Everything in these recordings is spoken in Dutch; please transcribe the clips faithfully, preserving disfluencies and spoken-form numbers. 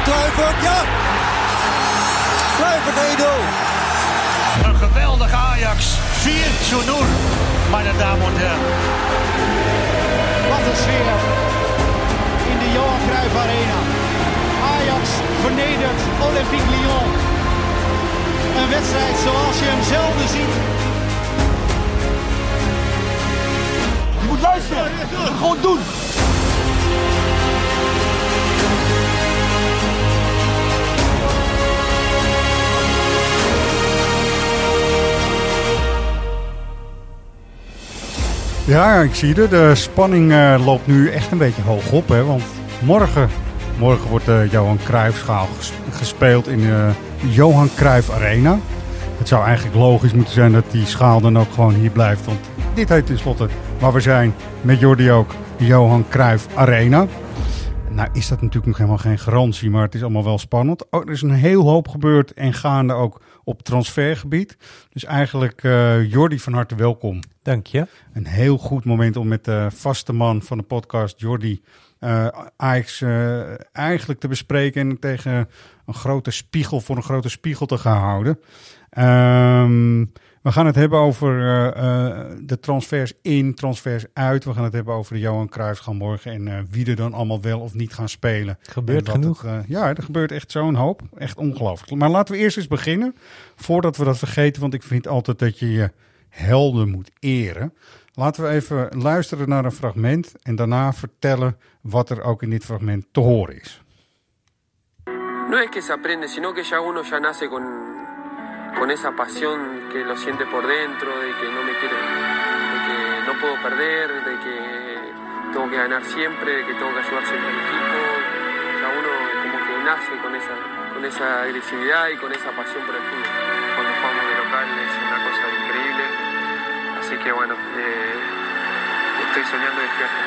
Kluivert, ja! Kluivert één nul. Een geweldige Ajax. vier nul, meine Damen und Herren. Wat een sfeer in de Johan Cruijff Arena. Ajax vernedert Olympique Lyon. Een wedstrijd zoals je hem zelden ziet. Je moet luisteren. Gewoon doen. Ja, ik zie het. De spanning uh, loopt nu echt een beetje hoog op. Hè? Want morgen, morgen wordt de Johan Cruijffschaal ges- gespeeld in de Johan Cruijff Arena. Het zou eigenlijk logisch moeten zijn dat die schaal dan ook gewoon hier blijft. Want dit heet tenslotte, waar we zijn, met Jordi ook, de Johan Cruijff Arena. Nou is dat natuurlijk nog helemaal geen garantie, maar het is allemaal wel spannend. Oh, er is een heel hoop gebeurd en gaande ook op transfergebied. Dus eigenlijk, uh, Jordi, van harte welkom. Dank je. Een heel goed moment om met de vaste man van de podcast, Jordi, uh, Ajax uh, eigenlijk te bespreken en tegen een grote spiegel, voor een grote spiegel te gaan houden. Um, we gaan het hebben over uh, uh, de transfers in, transfers uit. We gaan het hebben over de Johan Cruijffschaal morgen en uh, wie er dan allemaal wel of niet gaan spelen. Gebeurt genoeg. Het, uh, ja, er gebeurt echt zo'n hoop. Echt ongelooflijk. Maar laten we eerst eens beginnen, voordat we dat vergeten, want ik vind altijd dat je je helden moet eren. Laten we even luisteren naar een fragment en daarna vertellen wat er ook in dit fragment te horen is. No es que se aprende, sino que ya uno ya nace con, con esa pasión que lo siente por dentro, de que no me quiero, de que no puedo perder, de que tengo que ganar siempre, de que tengo que ayudar siempre al equipo. Ya uno como que nace con esa, con esa agresividad y con esa pasión por el fútbol. Cuando jugamos de local es una cosa increíble. Así que bueno, eh, estoy soñando despierto.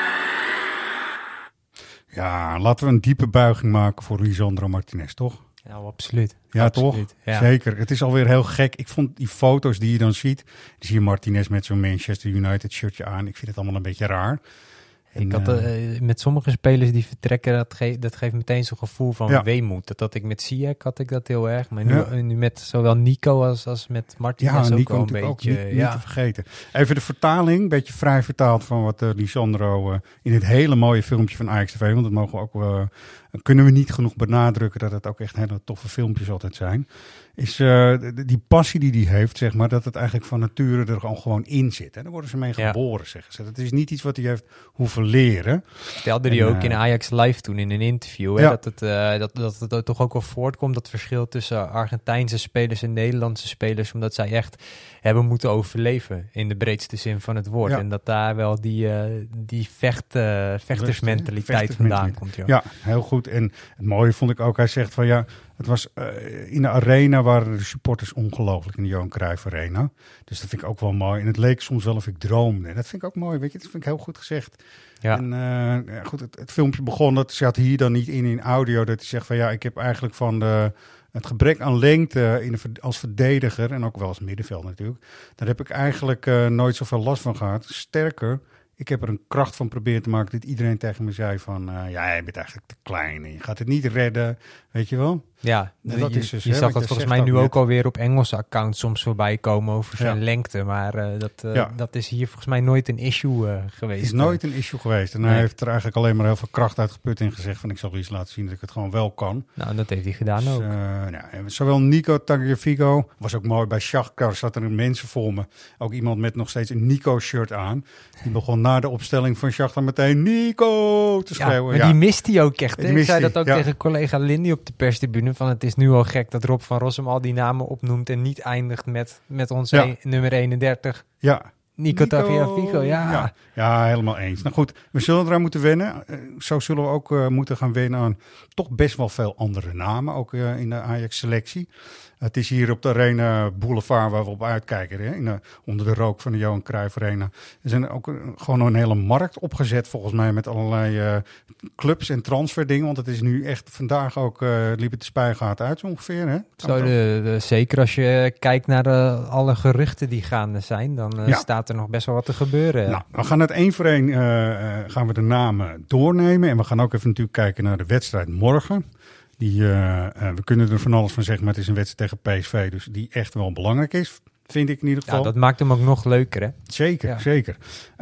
Ja, laten we een diepe buiging maken voor Lisandro Martinez, toch? Ja, absoluut. Ja, absoluut. toch? Ja. Zeker. Het is alweer heel gek. Ik vond die foto's die je dan ziet, die zie je Martinez met zo'n Manchester United shirtje aan. Ik vind het allemaal een beetje raar. En, Ik had, uh, met sommige spelers die vertrekken, dat, ge- dat geeft meteen zo'n gevoel van ja. weemoed. Dat had ik met Ziyech, had ik dat heel erg. Maar nu, Ja. nu met zowel Nico als, als met Martinez ja, ook Nico wel een natuurlijk beetje. ook niet, ja. niet te vergeten. Even de vertaling, een beetje vrij vertaald van wat uh, Lisandro uh, in het hele mooie filmpje van Ajax T V, want dat mogen we ook, uh, kunnen we niet genoeg benadrukken dat het ook echt hele toffe filmpjes altijd zijn. Is uh, die passie die hij heeft, zeg maar, dat het eigenlijk van nature er gewoon, gewoon in zit. Hè? Daar worden ze mee Ja. geboren, zeggen ze. Dat is niet iets wat hij heeft hoeven leren. Vertelde En, hij ook uh, in Ajax Live toen in een interview. Hè, Ja. dat, het, uh, dat, dat het er toch ook wel voortkomt, dat verschil tussen Argentijnse spelers en Nederlandse spelers. Omdat zij echt hebben moeten overleven in de breedste zin van het woord. Ja. En dat daar wel die, uh, die vecht, uh, vechtersmentaliteit Vechtersmentaliteit. vandaan komt. Joh. Ja, heel goed. En het mooie vond ik ook, hij zegt van ja, het was uh, in de arena waren de supporters ongelooflijk in de Johan Cruijff Arena. Dus dat vind ik ook wel mooi. En het leek soms wel of ik droomde. En dat vind ik ook mooi, weet je. Dat vind ik heel goed gezegd. Ja. En uh, ja, goed, het, het filmpje begon, dat zat hier dan niet in in audio, dat hij zegt van ja, ik heb eigenlijk van de, het gebrek aan lengte in de, als verdediger, en ook wel als middenveld natuurlijk, daar heb ik eigenlijk uh, nooit zoveel last van gehad. Sterker, ik heb er een kracht van proberen te maken dat iedereen tegen me zei van, uh, ja, je bent eigenlijk te klein en je gaat het niet redden, weet je wel? Ja, En dat je, is dus, je hè, zag wat dat je volgens zegt mij nu ook ook net. alweer op Engelse accounts soms voorbij komen over zijn Ja. lengte. Maar uh, dat, uh, Ja. dat is hier volgens mij nooit een issue uh, geweest. Is nooit een issue geweest. En hij Nee. heeft er eigenlijk alleen maar heel veel kracht uitgeput en gezegd van ik zal iets laten zien dat ik het gewoon wel kan. Nou, dat heeft hij gedaan Dus, ook. uh, nou, en zowel Nico Tagliafico, was ook mooi bij Shakhtar, zat er mensen voor me. Ook iemand met nog steeds een Nico-shirt aan. Die begon na de opstelling van Shakhtar meteen Nico te Ja, schreeuwen. maar Ja, die mist hij ook echt. Hè? Die Ik mist zei hij, dat ook ja. tegen collega Lindy op de perstribune. Van het is nu al gek dat Rob van Rossum al die namen opnoemt en niet eindigt met, met onze Ja. een- nummer eenendertig. ja. Nico Tagliafico, ja. ja. Ja, helemaal eens. Nou goed, we zullen eraan moeten wennen. Uh, zo zullen we ook uh, moeten gaan wennen aan toch best wel veel andere namen, ook uh, in de Ajax-selectie. Het is hier op de Arena Boulevard waar we op uitkijken, hè? In de, onder de rook van de Johan Cruijff Arena. Er zijn ook uh, gewoon een hele markt opgezet volgens mij met allerlei uh, clubs en transferdingen. Want het is nu echt vandaag ook, uh, liep het de spuigaten uit zo ongeveer. Hè? Zo, de, de, zeker als je kijkt naar de, alle geruchten die gaande zijn, dan uh, Ja. staat er nog best wel wat te gebeuren. Nou, we gaan het één voor één uh, uh, gaan we de namen doornemen. En we gaan ook even natuurlijk kijken naar de wedstrijd morgen. Die, uh, uh, we kunnen er van alles van zeggen, maar het is een wedstrijd tegen P S V. Dus die echt wel belangrijk is, vind ik in ieder geval. Ja, dat maakt hem ook nog leuker, hè? Zeker, ja. zeker.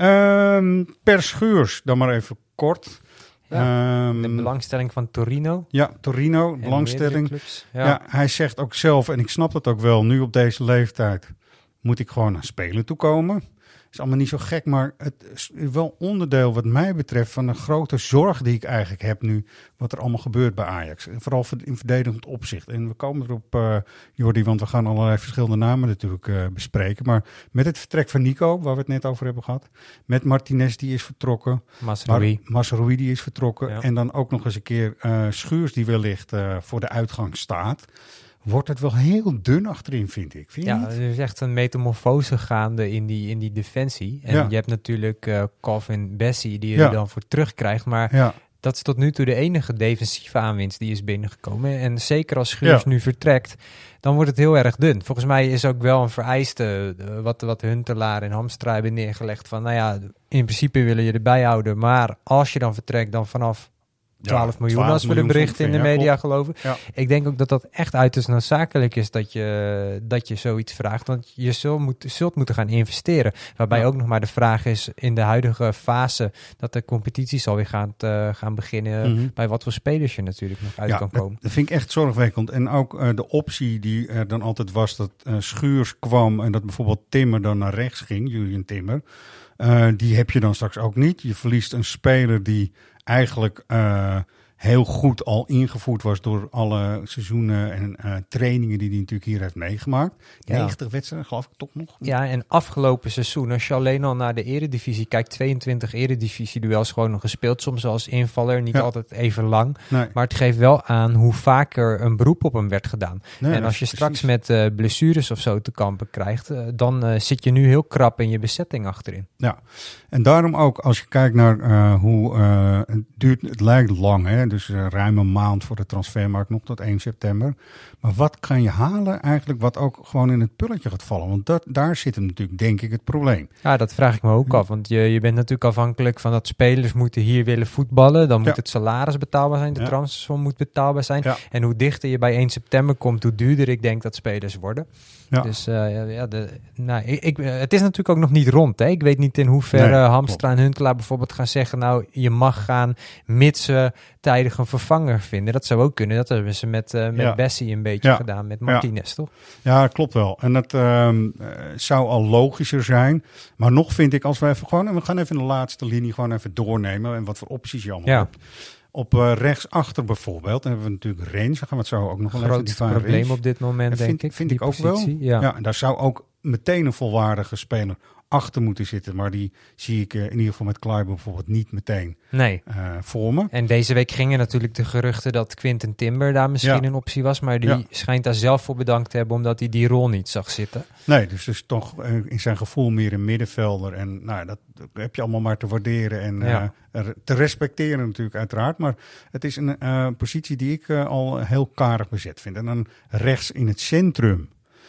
Um, per Schuurs, dan maar even kort. Ja, um, de belangstelling van Torino. Ja, Torino, belangstelling. Ja. Ja, hij zegt ook zelf, en ik snap dat ook wel, nu op deze leeftijd moet ik gewoon naar spelen toekomen. Is allemaal niet zo gek, maar het is wel onderdeel wat mij betreft van een grote zorg die ik eigenlijk heb nu, wat er allemaal gebeurt bij Ajax. En vooral in verdedigend opzicht. En we komen erop, uh, Jordi, want we gaan allerlei verschillende namen natuurlijk uh, bespreken. Maar met het vertrek van Nico, waar we het net over hebben gehad, met Martinez die is vertrokken, Mazraoui, Mazraoui die is vertrokken, ja. En dan ook nog eens een keer uh, Schuurs die wellicht uh, voor de uitgang staat. Wordt het wel heel dun achterin, vind ik. Vind je ja, niet? er is echt een metamorfose gaande in die, in die defensie. En ja. je hebt natuurlijk uh, Calvin Bessie die je ja. er dan voor terugkrijgt. Maar ja. dat is tot nu toe de enige defensieve aanwinst die is binnengekomen. En zeker als Schuurs ja. nu vertrekt, dan wordt het heel erg dun. Volgens mij is ook wel een vereiste, uh, wat, wat Huntelaar en Hamstra hebben neergelegd. Van nou ja, in principe willen je erbij houden. Maar als je dan vertrekt, dan vanaf twaalf ja, miljoen, als we de berichten in de media ja, geloven. Ja. Ik denk ook dat dat echt uiterst noodzakelijk is dat je, dat je zoiets vraagt. Want je zult, moet, zult moeten gaan investeren. Waarbij ja. ook nog maar de vraag is in de huidige fase dat de competities alweer gaan, uh, gaan beginnen. Mm-hmm. Bij wat voor spelers je natuurlijk nog uit ja, kan komen. Dat, dat vind ik echt zorgwekkend. En ook uh, de optie die er dan altijd was dat uh, Schuurs kwam en dat bijvoorbeeld Timmer dan naar rechts ging, Julian Timmer. Uh, die heb je dan straks ook niet. Je verliest een speler die eigenlijk uh, heel goed al ingevoerd was door alle seizoenen en uh, trainingen die hij natuurlijk hier heeft meegemaakt. Ja. negentig wedstrijden, geloof ik toch nog? Ja, en afgelopen seizoen, als je alleen al naar de eredivisie kijkt, tweeëntwintig eredivisie-duels gewoon nog gespeeld, soms als invaller, niet ja. altijd even lang. Nee. Maar het geeft wel aan hoe vaker een beroep op hem werd gedaan. Nee, en als je straks precies. met uh, blessures of zo te kampen krijgt, uh, dan uh, zit je nu heel krap in je bezetting achterin. Ja, en daarom ook als je kijkt naar uh, hoe uh, het duurt, het lijkt lang, hè? Dus uh, ruim een maand voor de transfermarkt, nog tot één september. Maar wat kan je halen eigenlijk wat ook gewoon in het pulletje gaat vallen? Want dat, daar zit hem natuurlijk, denk ik, het probleem. Ja, dat vraag ik me ook af. Want je, je bent natuurlijk afhankelijk van dat spelers moeten hier willen voetballen. Dan moet ja. het salaris betaalbaar zijn, de ja. transfersom moet betaalbaar zijn. Ja. En hoe dichter je bij één september komt, hoe duurder ik denk dat spelers worden. Ja. Dus uh, ja, de, nou, ik, ik, het is natuurlijk ook nog niet rond. Hè? Ik weet niet in hoeverre nee, Hamstra en Huntelaar bijvoorbeeld gaan zeggen, nou, je mag gaan mits we tijdig een vervanger vinden. Dat zou ook kunnen. Dat hebben ze met, uh, met ja. Bessie een beetje ja. gedaan, met Martinez, ja. toch? Ja, klopt wel. En dat um, uh, zou al logischer zijn. Maar nog vind ik, als we even gewoon, en we gaan even in de laatste linie gewoon even doornemen en wat voor opties je allemaal ja. hebt. Op uh, rechtsachter bijvoorbeeld, dan hebben we natuurlijk Range. Daar gaan we het zo ook nog wel even die probleem Range. Op dit moment, en denk vind, ik. Vind ik ook positie, wel. Ja. ja, en daar zou ook meteen een volwaardige speler achter moeten zitten. Maar die zie ik uh, in ieder geval met Kleiber bijvoorbeeld niet meteen nee. uh, voor me. En deze week gingen natuurlijk de geruchten dat Quinten Timber daar misschien ja. een optie was. Maar die ja. schijnt daar zelf voor bedankt te hebben omdat hij die rol niet zag zitten. Nee, dus dus toch uh, in zijn gevoel meer een middenvelder. En nou, dat, dat heb je allemaal maar te waarderen en ja. uh, te respecteren natuurlijk uiteraard. Maar het is een uh, positie die ik uh, al heel karig bezet vind. En dan rechts in het centrum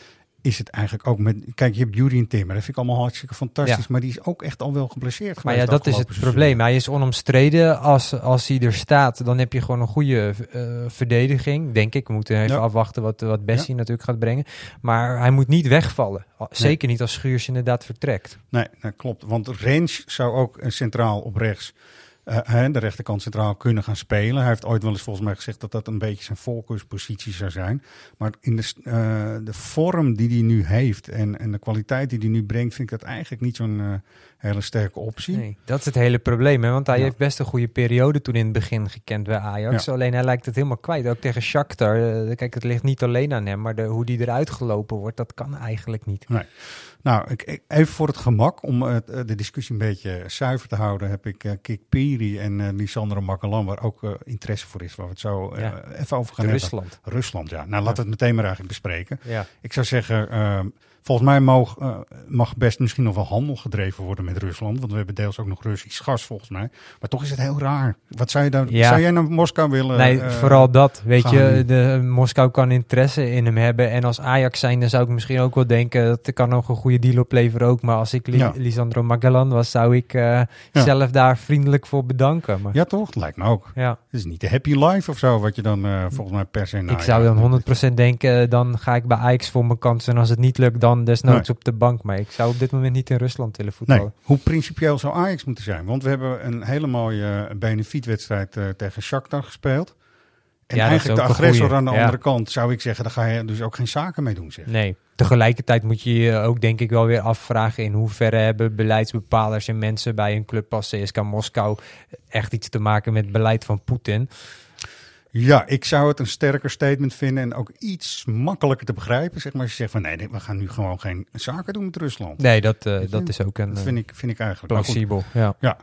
is het eigenlijk ook met... Kijk, je hebt Julian Timmer. Dat vind ik allemaal hartstikke fantastisch. Ja. Maar die is ook echt al wel geblesseerd. Maar ja, dat is het seizoen. probleem. Hij is onomstreden. Als, als hij er staat, dan heb je gewoon een goede uh, verdediging. Denk ik. We moeten even ja. afwachten wat, wat Bessie ja. natuurlijk gaat brengen. Maar hij moet niet wegvallen. Zeker nee. niet als Schuurs inderdaad vertrekt. Nee, dat klopt. Want Range zou ook centraal op rechts... Uh, de rechterkant centraal kunnen gaan spelen. Hij heeft ooit wel eens volgens mij gezegd dat dat een beetje zijn voorkeurspositie zou zijn. Maar in de, uh, de vorm die hij nu heeft en, en de kwaliteit die hij nu brengt, vind ik dat eigenlijk niet zo'n uh, hele sterke optie. Nee, dat is het hele probleem. Hè? Want hij ja. heeft best een goede periode toen in het begin gekend bij Ajax. Ja. Alleen hij lijkt het helemaal kwijt. Ook tegen Shakhtar. Uh, kijk, het ligt niet alleen aan hem, maar de, hoe die eruit gelopen wordt, dat kan eigenlijk niet. Nee. Nou, ik, ik, even voor het gemak, om uh, de discussie een beetje zuiver te houden, heb ik uh, Kik Piri en uh, Lisandro Makkelan, waar ook uh, interesse voor is, waar we het zo uh, ja. even over gaan hebben. Rusland. Rusland, ja. Nou, laten we het meteen maar eigenlijk bespreken. Ja. Ik zou zeggen, uh, volgens mij mag, uh, mag best misschien nog wel handel gedreven worden met Rusland. Want we hebben deels ook nog Russisch gas volgens mij. Maar toch is het heel raar. Wat zou je dan? Ja. Zou jij naar Moskou willen? Nee, uh, vooral dat. Weet gaan. je, de, Moskou kan interesse in hem hebben. En als Ajax zijn, dan zou ik misschien ook wel denken... dat er kan nog een goede deal opleveren ook. Maar als ik Li- Ja. Lisandro Magellan was, zou ik uh, Ja. zelf daar vriendelijk voor bedanken. Maar, Ja, toch? Dat lijkt me ook. ja. Het is niet de happy life of zo, wat je dan uh, volgens mij per se... Ik nou, zou ja, dan honderd procent denken, dan ga ik bij Ajax voor mijn kans. En als het niet lukt, dan desnoods Nee. op de bank. Maar ik zou op dit moment niet in Rusland willen voetballen. Nee, hoe principieel zou Ajax moeten zijn? Want we hebben een hele mooie uh, benefietwedstrijd uh, tegen Shakhtar gespeeld. En Ja, dat is eigenlijk de ook een agressor goeie. aan de Ja. andere kant, zou ik zeggen, daar ga je dus ook geen zaken mee doen. Zeg. Nee, tegelijkertijd moet je je ook denk ik wel weer afvragen... in hoeverre hebben beleidsbepalers en mensen bij een club als C S K A Moskou... echt iets te maken met beleid van Poetin. Ja, ik zou het een sterker statement vinden en ook iets makkelijker te begrijpen. Zeg maar, als je zegt van nee, nee, we gaan nu gewoon geen zaken doen met Rusland. Nee, dat, uh, Weet je? dat is ook een Dat vind ik, vind ik eigenlijk maar goed. plausibel. Ja. Ja,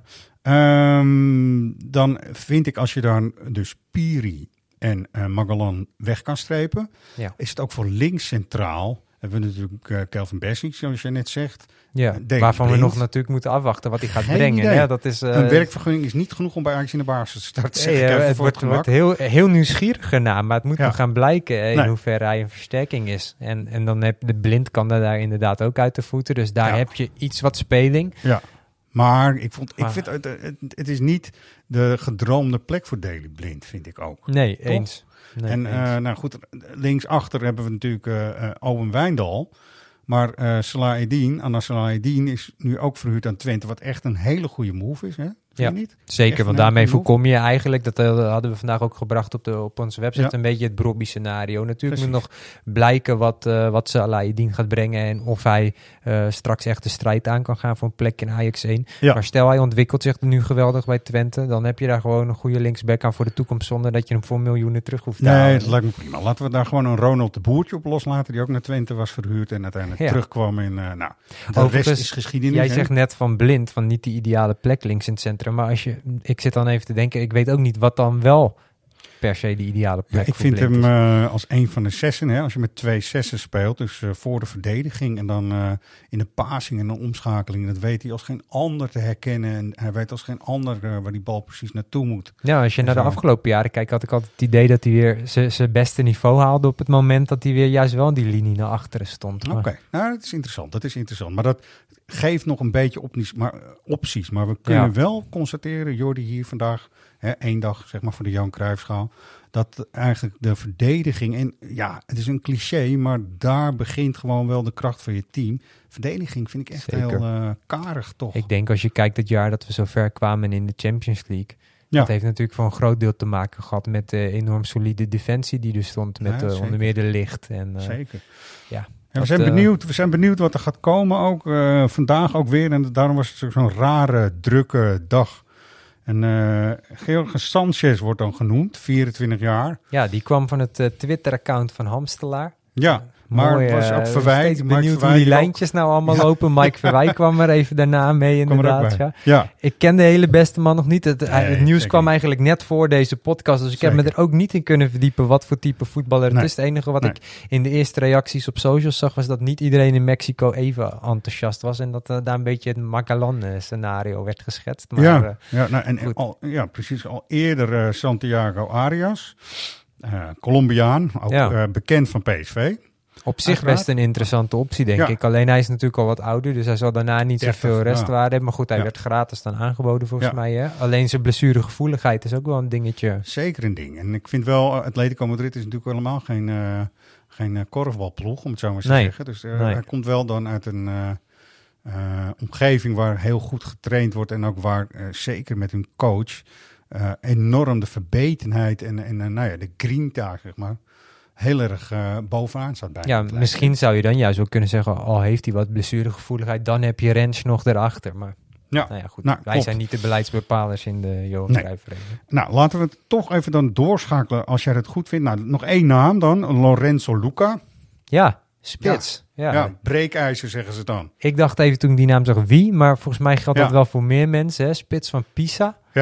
um, dan vind ik als je dan dus Piri en uh, Magellan weg kan strepen, Ja. is het ook voor links centraal. Hebben we natuurlijk uh, Kelvin Bessie, zoals je net zegt. Ja, Daily waarvan we Blind. nog natuurlijk moeten afwachten wat hij gaat Geen brengen. idee. Ja, dat is, uh, Een werkvergunning is niet genoeg om bij Ajax in de basis te starten. Zeg nee, ik uh, even het voor wordt, het wordt gemak. heel, heel nieuwsgieriger na, maar het moet Ja. nog gaan blijken uh, in Nee. hoeverre hij een versterking is. En, en dan heb de Blind kan er daar inderdaad ook uit de voeten. Dus daar Ja. heb je iets wat speling. Ja, maar ik, vond, ik Maar- vind het, het, het is niet de gedroomde plek voor Daily Blind, vind ik ook. Nee, eens. Nee, en eens. uh, nou goed, linksachter hebben we natuurlijk uh, uh, Owen Wijndal. Maar uh, Salah Eddin, Anna Salah Eddin is nu ook verhuurd aan Twente, wat echt een hele goede move is, hè? Vind Ja. je niet? Zeker, Echt want een daarmee hele goede voorkom je eigenlijk, dat uh, hadden we vandaag ook gebracht op, de, op onze website, Ja. een beetje het Brobby-scenario. Natuurlijk Precies. moet nog blijken wat, uh, wat Salah-Eddin gaat brengen en of hij uh, straks echt de strijd aan kan gaan voor een plek in Ajax één. Ja. Maar stel hij ontwikkelt zich nu geweldig bij Twente, dan heb je daar gewoon een goede linksback aan voor de toekomst zonder dat je hem voor miljoenen terug hoeft te Nee, halen. dat lijkt me prima. Laten we daar gewoon een Ronald de Boertje op loslaten, die ook naar Twente was verhuurd en uiteindelijk Ja. terugkwam in, uh, nou, de Overigens, rest is geschiedenis. Jij hè? zegt net van Blind, van niet die ideale plek links in het centrum. Maar als je, ik zit dan even te denken, ik weet ook niet wat dan wel per se de ideale plek Ja, ik voor vind Blind hem is. uh, als een van de zessen, hè, als je met twee zessen speelt, dus uh, voor de verdediging en dan uh, in de passing en de omschakeling, dat weet hij als geen ander te herkennen en hij weet als geen ander uh, waar die bal precies naartoe moet. Ja, als je En naar de zo. afgelopen jaren kijkt, had ik altijd het idee dat hij weer zijn beste niveau haalde op het moment dat hij weer juist wel in die linie naar achteren stond. Oké, Maar- nou dat is interessant, dat is interessant, maar dat geeft nog een beetje opties, maar, opties, maar we kunnen Ja. wel constateren, Jordi hier vandaag, hè, één dag zeg maar voor de Johan Cruijffschaal, dat eigenlijk de verdediging, en ja, het is een cliché, maar daar begint gewoon wel de kracht van je team. Verdediging vind ik echt Zeker. heel uh, karig toch. Ik denk als je kijkt het jaar dat we zo ver kwamen in de Champions League. Ja. Dat heeft natuurlijk voor een groot deel te maken gehad met de enorm solide defensie die er stond. Met Ja, uh, zeker. onder meer de licht. En, uh, Zeker. ja, Ja, dat, we, zijn uh, benieuwd, we zijn benieuwd wat er gaat komen ook. Uh, vandaag ook weer. En daarom was het zo'n rare, drukke dag. En uh, George Sanchez wordt dan genoemd, vierentwintig jaar. ja, die kwam van het uh, Twitter-account van Hamstelaar. Ja, maar Mooi, was uh, ook Verwij. steeds Mike benieuwd Verwij hoe die ook. lijntjes nou allemaal Ja. lopen. Mike Verwij kwam er even daarna mee Kwam er ook inderdaad. bij. Ja. Ja, Ik ken de hele beste man nog niet. Het, Nee, het nieuws zeker kwam niet. eigenlijk net voor deze podcast. Dus ik heb me Zeker. er ook niet in kunnen verdiepen wat voor type voetballer het Nee. is. Het enige wat Nee. ik in de eerste reacties op socials zag was dat niet iedereen in Mexico even enthousiast was. En dat uh, daar een beetje het Magellan-scenario werd geschetst. Maar ja, uh, ja, nou, en, en goed. al, ja, precies. Al eerder uh, Santiago Arias, uh, Colombiaan, ook Ja. uh, bekend van P S V. op zich Uiteraard. best een interessante optie, denk Ja. ik. Alleen hij is natuurlijk al wat ouder, dus hij zal daarna niet dertig, zoveel restwaarde ja. hebben. Maar goed, hij Ja. werd gratis dan aangeboden volgens Ja. mij. Hè? Alleen zijn blessuregevoeligheid is ook wel een dingetje. Zeker een ding. En ik vind wel, uh, Atletico Madrid is natuurlijk helemaal geen, uh, geen uh, korfbalploeg, om het zo maar te Nee. zeggen. Dus uh, Nee. hij komt wel dan uit een uh, uh, omgeving waar heel goed getraind wordt en ook waar uh, zeker met hun coach uh, enorm de verbetenheid en, en uh, nou ja, de grinta, zeg maar, heel erg uh, bovenaan staat bij. Ja, misschien zou je dan juist wel kunnen zeggen, al heeft hij wat blessuregevoeligheid, dan heb je Rens nog erachter. Maar Ja. nou ja, goed. Nou, Wij klopt. zijn niet de beleidsbepalers in de Johan Nee. Cruijff Arena. Nou, laten we het toch even dan doorschakelen als jij het goed vindt. Nou, nog één naam dan, Lorenzo Luca. Ja, spits. Ja. Ja, breekijzer zeggen ze dan. Ik dacht even toen ik die naam zag wie, maar volgens mij geldt Ja. dat wel voor meer mensen. Hè? Spits van Pisa. Ja,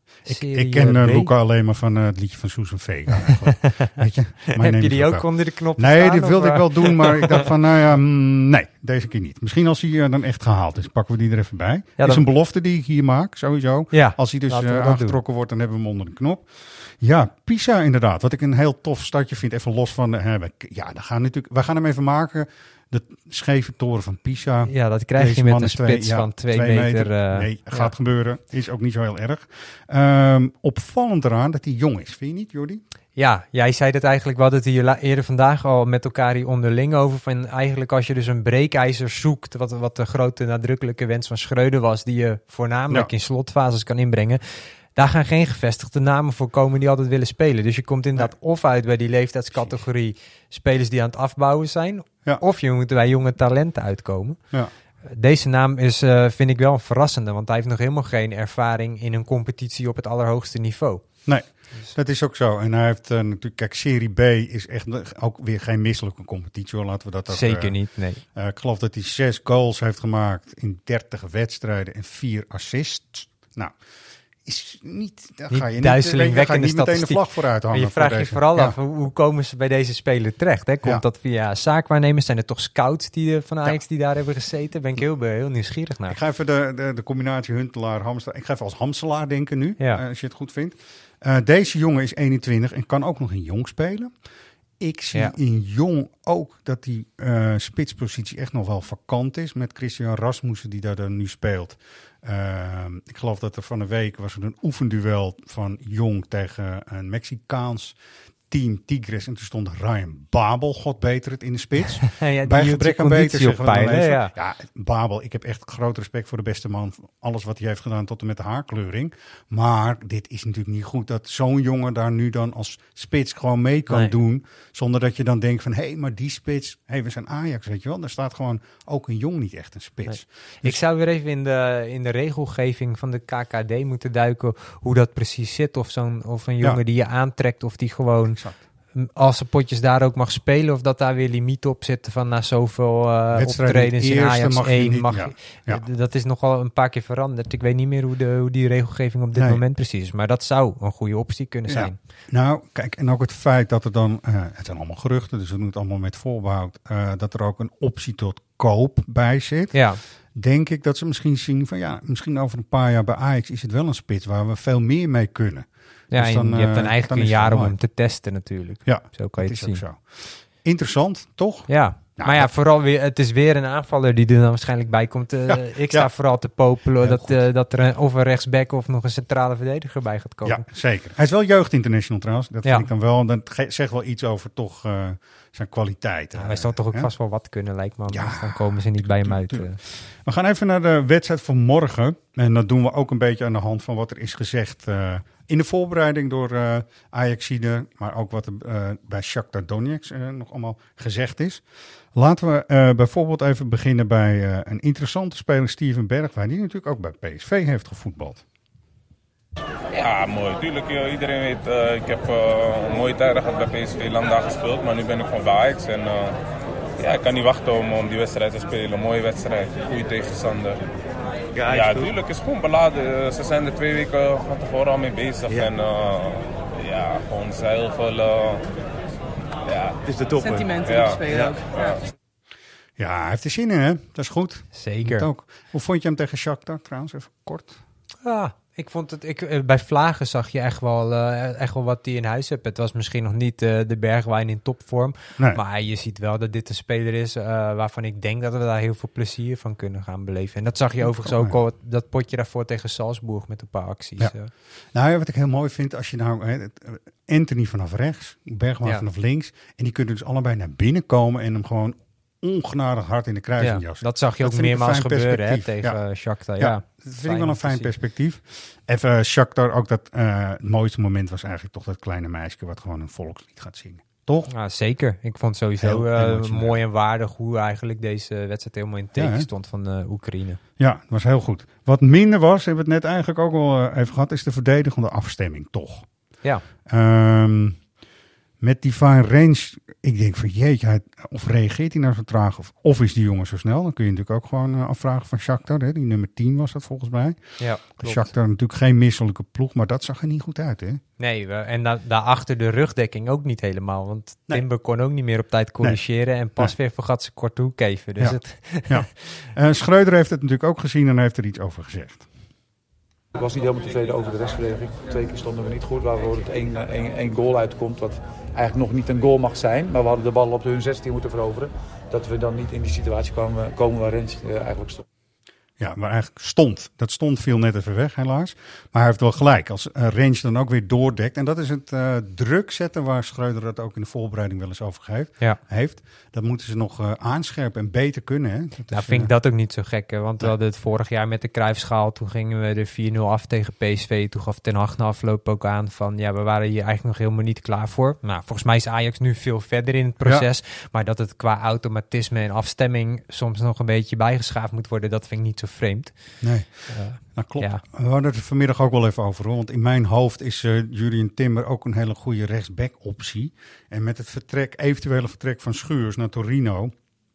Ik, Serie ik ken uh, B. Luca alleen maar van uh, het liedje van Susan Vega. Weet je? Heb je die ook Luca. onder de knop Nee, staan, dit wilde of, ik wel doen, maar ik dacht van, nou ja, mm, nee, deze keer niet. Misschien als hij uh, dan echt gehaald is, pakken we die er even bij. Het ja, is een belofte die ik hier maak, sowieso. Ja, als hij dus uh, aangetrokken wordt, dan hebben we hem onder de knop. Ja, Pisa inderdaad. Wat ik een heel tof stadje vind, even los van, uh, we, ja, dan gaan natuurlijk, we gaan hem even maken. De scheve toren van Pisa. Ja, dat krijg Deze je met een spits twee, van twee, twee meter. meter uh, nee, gaat ja. gebeuren. Is ook niet zo heel erg. Um, opvallend eraan dat hij jong is. Vind je niet, Jordi? Ja, jij zei dat eigenlijk, we hadden het hier eerder vandaag al met elkaar hier onderling over. Van eigenlijk als je dus een breekijzer zoekt, wat, wat de grote nadrukkelijke wens van Schreuder was, die je voornamelijk ja. in slotfases kan inbrengen. Daar gaan geen gevestigde namen voor komen die altijd willen spelen. Dus je komt inderdaad nee. of uit bij die leeftijdscategorie Precies. spelers die aan het afbouwen zijn. Ja. Of je moet bij jonge talenten uitkomen. Ja. Deze naam is, uh, vind ik wel een verrassende. Want hij heeft nog helemaal geen ervaring in een competitie op het allerhoogste niveau. Nee, dus. dat is ook zo. En hij heeft uh, natuurlijk, kijk, Serie B is echt ook weer geen misselijke competitie. Hoor. Laten we dat ook, Zeker uh, niet, nee. Uh, ik geloof dat hij zes goals heeft gemaakt in dertig wedstrijden en vier assists. Nou... is niet, daar niet ga je duizelingwekkende niet, niet meteen de vlag vooruit hangen. Maar je vraagt voor je vooral ja. af, hoe komen ze bij deze speler terecht? Hè? Komt ja. dat via zaakwaarnemers? Zijn er toch scouts die, van Ajax ja. die daar hebben gezeten? Ben ik heel, heel nieuwsgierig naar. Ik ga even de, de, de combinatie Huntelaar-Hamselaar. Ik ga even als Hamselaar denken nu, ja. uh, als je het goed vindt. Uh, deze jongen is eenentwintig en kan ook nog in Jong spelen. Ik zie ja. in Jong ook dat die uh, spitspositie echt nog wel vakant is. Met Christian Rasmussen die daar dan nu speelt. Uh, ik geloof dat er van een week was er een oefenduel van Jong tegen een Mexicaans team Tigres. En toen stond Ryan Babel, god beter het, in de spits. ja, Bij gebrek aan beter zeggen we dan even. Ja. ja, Babel, ik heb echt groot respect voor de beste man. Alles wat hij heeft gedaan tot en met de haarkleuring. Maar dit is natuurlijk niet goed dat zo'n jongen daar nu dan als spits gewoon mee kan nee. doen. Zonder dat je dan denkt van, hé, hey, maar die spits, hé, hey, we zijn Ajax, weet je wel. Daar staat gewoon ook een Jong niet echt een spits. Nee. Dus ik zou weer even in de, in de regelgeving van de K K D moeten duiken hoe dat precies zit. Of, zo'n, of een jongen ja. die je aantrekt of die gewoon... Exact. Als de potjes daar ook mag spelen, of dat daar weer limiet op zitten van na zoveel uh, optredens in Ajax mag één. Mag ja. Ja. Dat is nogal een paar keer veranderd. Ik weet niet meer hoe, de, hoe die regelgeving op dit nee. moment precies is. Maar dat zou een goede optie kunnen zijn. Ja. Nou, kijk, en ook het feit dat er dan, uh, het zijn allemaal geruchten, dus we doen het allemaal met voorbehoud, uh, dat er ook een optie tot koop bij zit. Ja. Denk ik dat ze misschien zien van ja, misschien over een paar jaar bij Ajax is het wel een spits waar we veel meer mee kunnen. Ja, dus dan, dan, je hebt dan uh, eigenlijk dan een jaar om hem te testen natuurlijk. Ja, zo kan je het het is zien. Ook zo. Interessant, toch? Ja, nou, maar ja, vooral weer, het is weer een aanvaller die er dan waarschijnlijk bij komt. Uh, ja, ik sta ja. vooral te popelen dat, uh, dat er een, of een rechtsback of nog een centrale verdediger bij gaat komen. Ja, zeker. Hij is wel jeugdinternational trouwens. Dat ja. vind ik dan wel. Dat zegt wel iets over toch uh, zijn kwaliteiten. Ja, hij zal toch ook ja? vast wel wat kunnen, lijkt me. Ja, dan komen ze niet bij hem uit. Uh. We gaan even naar de wedstrijd van morgen. En dat doen we ook een beetje aan de hand van wat er is gezegd uh, in de voorbereiding door uh, Ajaxide, maar ook wat er uh, bij Shakhtar Donetsk uh, nog allemaal gezegd is. Laten we uh, bijvoorbeeld even beginnen bij uh, een interessante speler, Steven Bergwijn, die natuurlijk ook bij P S V heeft gevoetbald. Ja, mooi. Tuurlijk, iedereen weet, uh, ik heb uh, een mooie tijd gehad bij P S V, lang daar gespeeld, maar nu ben ik gewoon bij Ajax. En uh, ja, ik kan niet wachten om, om die wedstrijd te spelen. Een mooie wedstrijd, goede tegenstander. Ja, ja tuurlijk, het is gewoon beladen. Ze zijn er twee weken van tevoren al mee bezig. Ja. En uh, ja, gewoon ze heel veel... Uh, ja. Het is de top. Sentimenten ja. die spelen ja. ook. Ja. Ja, hij heeft er zin in, hè? Dat is goed. Zeker. Ook. Hoe vond je hem tegen Shakhtar trouwens? Even kort. Ah, ik vond het... Ik, bij Vlagen zag je echt wel, uh, echt wel wat hij in huis heeft. Het was misschien nog niet uh, de Bergwijn in topvorm. Nee. Maar je ziet wel dat dit een speler is uh, waarvan ik denk dat we daar heel veel plezier van kunnen gaan beleven. En dat zag je dat overigens ook al, dat potje daarvoor tegen Salzburg met een paar acties. Ja. Uh. Nou ja, wat ik heel mooi vind, als je nou... Hè, Anthony vanaf rechts, Bergwijn ja. vanaf links. En die kunnen dus allebei naar binnen komen en hem gewoon ongenadig hard in de kruising ja, jassen. dat zag je dat ook meermaals gebeuren hè, tegen ja. Shakhtar. Ja, ja, dat vind ik wel een fijn perspectief. Even Shakhtar, ook dat uh, het mooiste moment was eigenlijk toch dat kleine meisje wat gewoon een volkslied gaat zingen. Toch? Ja, zeker. Ik vond sowieso uh, mooi en waardig hoe eigenlijk deze wedstrijd helemaal in teken ja, stond van uh, Oekraïne. Ja, dat was heel goed. Wat minder was, hebben we het net eigenlijk ook al uh, even gehad, is de verdedigende afstemming toch. Ja. Um, met Divine Range ik denk van jeetje, hij, of reageert hij nou zo traag of, of is die jongen zo snel? Dan kun je natuurlijk ook gewoon uh, afvragen van Shakhtar. Hè? Die nummer tien was dat volgens mij. Ja, klopt. Shakhtar natuurlijk geen misselijke ploeg, maar dat zag er niet goed uit, hè? Nee, we, en da- daarachter de rugdekking ook niet helemaal. Want Nee. Timber kon ook niet meer op tijd corrigeren. Nee. En pas nee. weer vergat zijn korte hoek even. Dus ja. het ja. uh, Schreuder heeft het natuurlijk ook gezien en heeft er iets over gezegd. Ik was niet helemaal tevreden over de restverdediging. Twee keer stonden we niet goed, waardoor het één, één, één goal uitkomt. Wat eigenlijk nog niet een goal mag zijn. Maar we hadden de bal op de hun zestien moeten veroveren. Dat we dan niet in die situatie kwamen, komen waar Rens uh, eigenlijk stond. Ja, maar eigenlijk stond. Dat stond viel net even weg, helaas. Maar hij heeft wel gelijk. Als uh, Rens dan ook weer doordekt. En dat is het uh, druk zetten waar Schreuder het ook in de voorbereiding wel eens over geeft, ja. heeft. Dat moeten ze nog uh, aanscherpen en beter kunnen. Hè? Dat nou, is, vind uh, ik dat ook niet zo gek. Hè? Want ja. we hadden het vorig jaar met de Cruijffschaal. Toen gingen we er vier nul af tegen P S V. Toen gaf Ten Hag na afloop ook aan van... ja, we waren hier eigenlijk nog helemaal niet klaar voor. Nou, volgens mij is Ajax nu veel verder in het proces. Ja. Maar dat het qua automatisme en afstemming... soms nog een beetje bijgeschaafd moet worden... dat vind ik niet zo vreemd. Nee, uh, nou klopt. Ja. We hadden het er vanmiddag ook wel even over. Hoor. Want in mijn hoofd is uh, Jurien Timber ook een hele goede rechtsback-optie. En met het vertrek, eventuele vertrek van Schuurs naar Torino...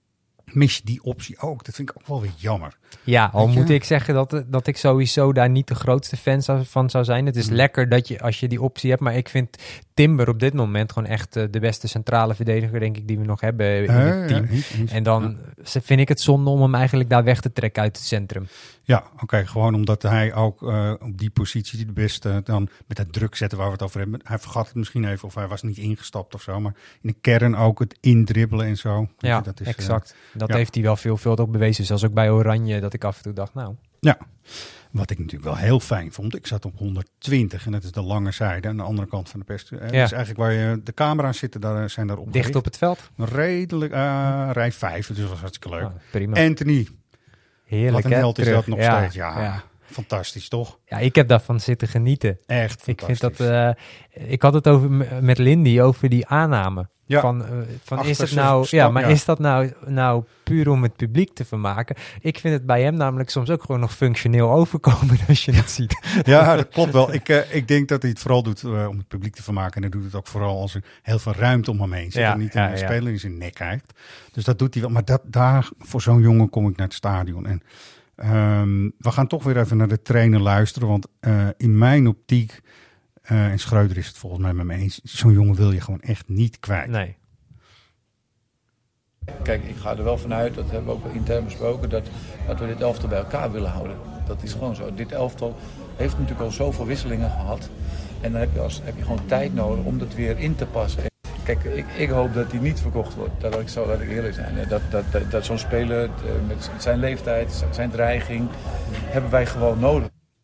mis je die optie ook. Dat vind ik ook wel weer jammer. Ja, al moet ik zeggen dat, dat ik sowieso daar niet de grootste fan van zou zijn. Het is mm. lekker dat je als je die optie hebt. Maar ik vind Timber op dit moment gewoon echt uh, de beste centrale verdediger, denk ik, die we nog hebben in uh, het team. Ja, eens, eens. En dan ja. vind ik het zonde om hem eigenlijk daar weg te trekken uit het centrum. Ja, oké. Okay, gewoon omdat hij ook uh, op die positie de beste dan met het druk zetten waar we het over hebben. Hij vergat het misschien even of hij was niet ingestapt of zo. Maar in de kern ook het indribbelen en zo. Ja, je, dat is, exact. Uh, dat ja. heeft hij wel veelvuldig bewezen. Zelfs ook bij Oranje dat ik af en toe dacht, nou... Ja, wat ik natuurlijk wel heel fijn vond. Ik zat op honderdtwintig en dat is de lange zijde aan de andere kant van de pers. Ja. Dus eigenlijk waar je de camera's zitten, daar zijn daar op. Dicht op het veld? Redelijk, uh, rij vijf, dus dat was hartstikke leuk. Ah, prima. Anthony. Heerlijk, wat een held hè? is Terug. dat nog ja, steeds. Ja, ja, fantastisch toch? Ja, ik heb daarvan zitten genieten. Echt ik vind dat. Uh, ik had het over met Lindy over die aanname. Ja. Van, uh, van is het nou, stand, ja, maar ja. is dat nou, nou puur om het publiek te vermaken? Ik vind het bij hem namelijk soms ook gewoon nog functioneel overkomen als je het ziet. Ja, dat klopt wel. Ik, uh, ik denk dat hij het vooral doet uh, om het publiek te vermaken. En hij doet het ook vooral als er heel veel ruimte om hem heen zit. Ja, en niet ja, een ja. speler in zijn nek heeft. Dus dat doet hij wel. Maar dat, daar, voor zo'n jongen kom ik naar het stadion. En um, we gaan toch weer even naar de trainer luisteren. Want uh, in mijn optiek... Uh, en Schreuder is het volgens mij met me eens. Zo'n jongen wil je gewoon echt niet kwijt. Nee. Kijk, ik ga er wel vanuit, dat hebben we ook intern besproken, dat, dat we dit elftal bij elkaar willen houden. Dat is gewoon zo. Dit elftal heeft natuurlijk al zoveel wisselingen gehad. En dan heb je, als, heb je gewoon tijd nodig om dat weer in te passen. Kijk, ik, ik hoop dat hij niet verkocht wordt. Dat ik zo laat ik eerlijk zijn. Dat, dat, dat, dat zo'n speler met zijn leeftijd, zijn dreiging, hebben wij gewoon nodig.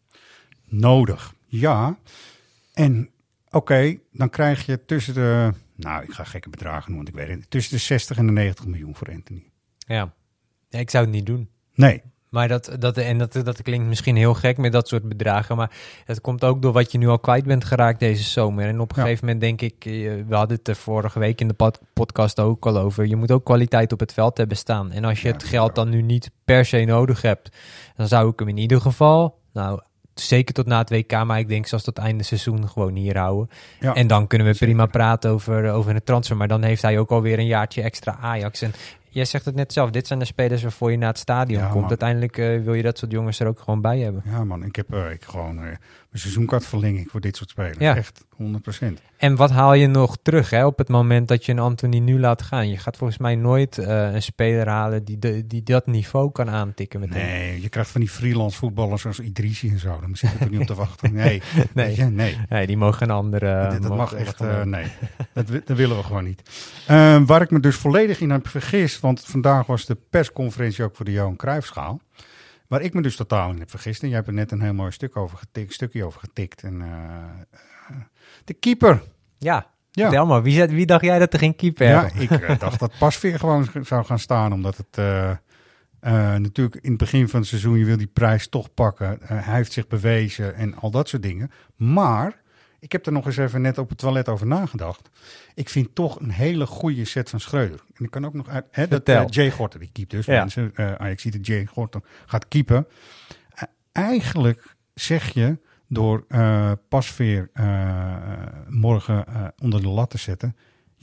Nodig, ja. En oké, okay, dan krijg je tussen de, nou ik ga gekke bedragen noemen, want ik weet het, tussen de zestig en de negentig miljoen voor Anthony. Ja, ja ik zou het niet doen. Nee. Maar dat, dat, en dat, dat klinkt misschien heel gek met dat soort bedragen, maar het komt ook door wat je nu al kwijt bent geraakt deze zomer. En op een ja. gegeven moment denk ik, we hadden het er vorige week in de pod- podcast ook al over, je moet ook kwaliteit op het veld hebben staan. En als je ja, het geld dan nu niet per se nodig hebt, dan zou ik hem in ieder geval, nou... zeker tot na het W K, maar ik denk zelfs tot einde seizoen gewoon hier houden. Ja, en dan kunnen we zeker. prima praten over, over een transfer. Maar dan heeft hij ook alweer een jaartje extra Ajax. En jij zegt het net zelf, dit zijn de spelers waarvoor je naar het stadion ja, komt. Man. Uiteindelijk uh, wil je dat soort jongens er ook gewoon bij hebben. Ja man, ik heb uh, ik gewoon uh, mijn seizoenkaart verlenging voor dit soort spelers. Ja. Echt, honderd procent. En wat haal je nog terug hè, op het moment dat je een Anthony nu laat gaan? Je gaat volgens mij nooit uh, een speler halen die, de, die dat niveau kan aantikken meteen. Nee, je krijgt van die freelance voetballers zoals Idrissi en zo. Dan zit ik er niet op te wachten. Nee, nee. Je, nee. nee, die mogen een andere... Uh, dat dat mag echt, uh, nee. dat, dat willen we gewoon niet. Uh, waar ik me dus volledig in heb vergist, want vandaag was de persconferentie ook voor de Johan Cruijffschaal. Waar ik me dus totaal in heb vergist. En jij hebt er net een heel mooi stuk over getikt, stukje over getikt. En, uh, uh, de keeper. Ja, ja. Vertel maar. Wie, wie dacht jij dat er geen keeper ja, hebben? ik uh, dacht dat Pasveer gewoon zou gaan staan. Omdat het uh, uh, natuurlijk in het begin van het seizoen, je wil die prijs toch pakken. Uh, hij heeft zich bewezen en al dat soort dingen. Maar ik heb er nog eens even net op het toilet over nagedacht. Ik vind toch een hele goede set van Schreuder. En ik kan ook nog uit... Hè, dat uh, Jay Gorter, die keept dus. Ja. Mensen, uh, Ajax ziet dat Jay Gorter gaat keepen. Uh, eigenlijk zeg je door uh, Pasveer uh, morgen uh, onder de lat te zetten...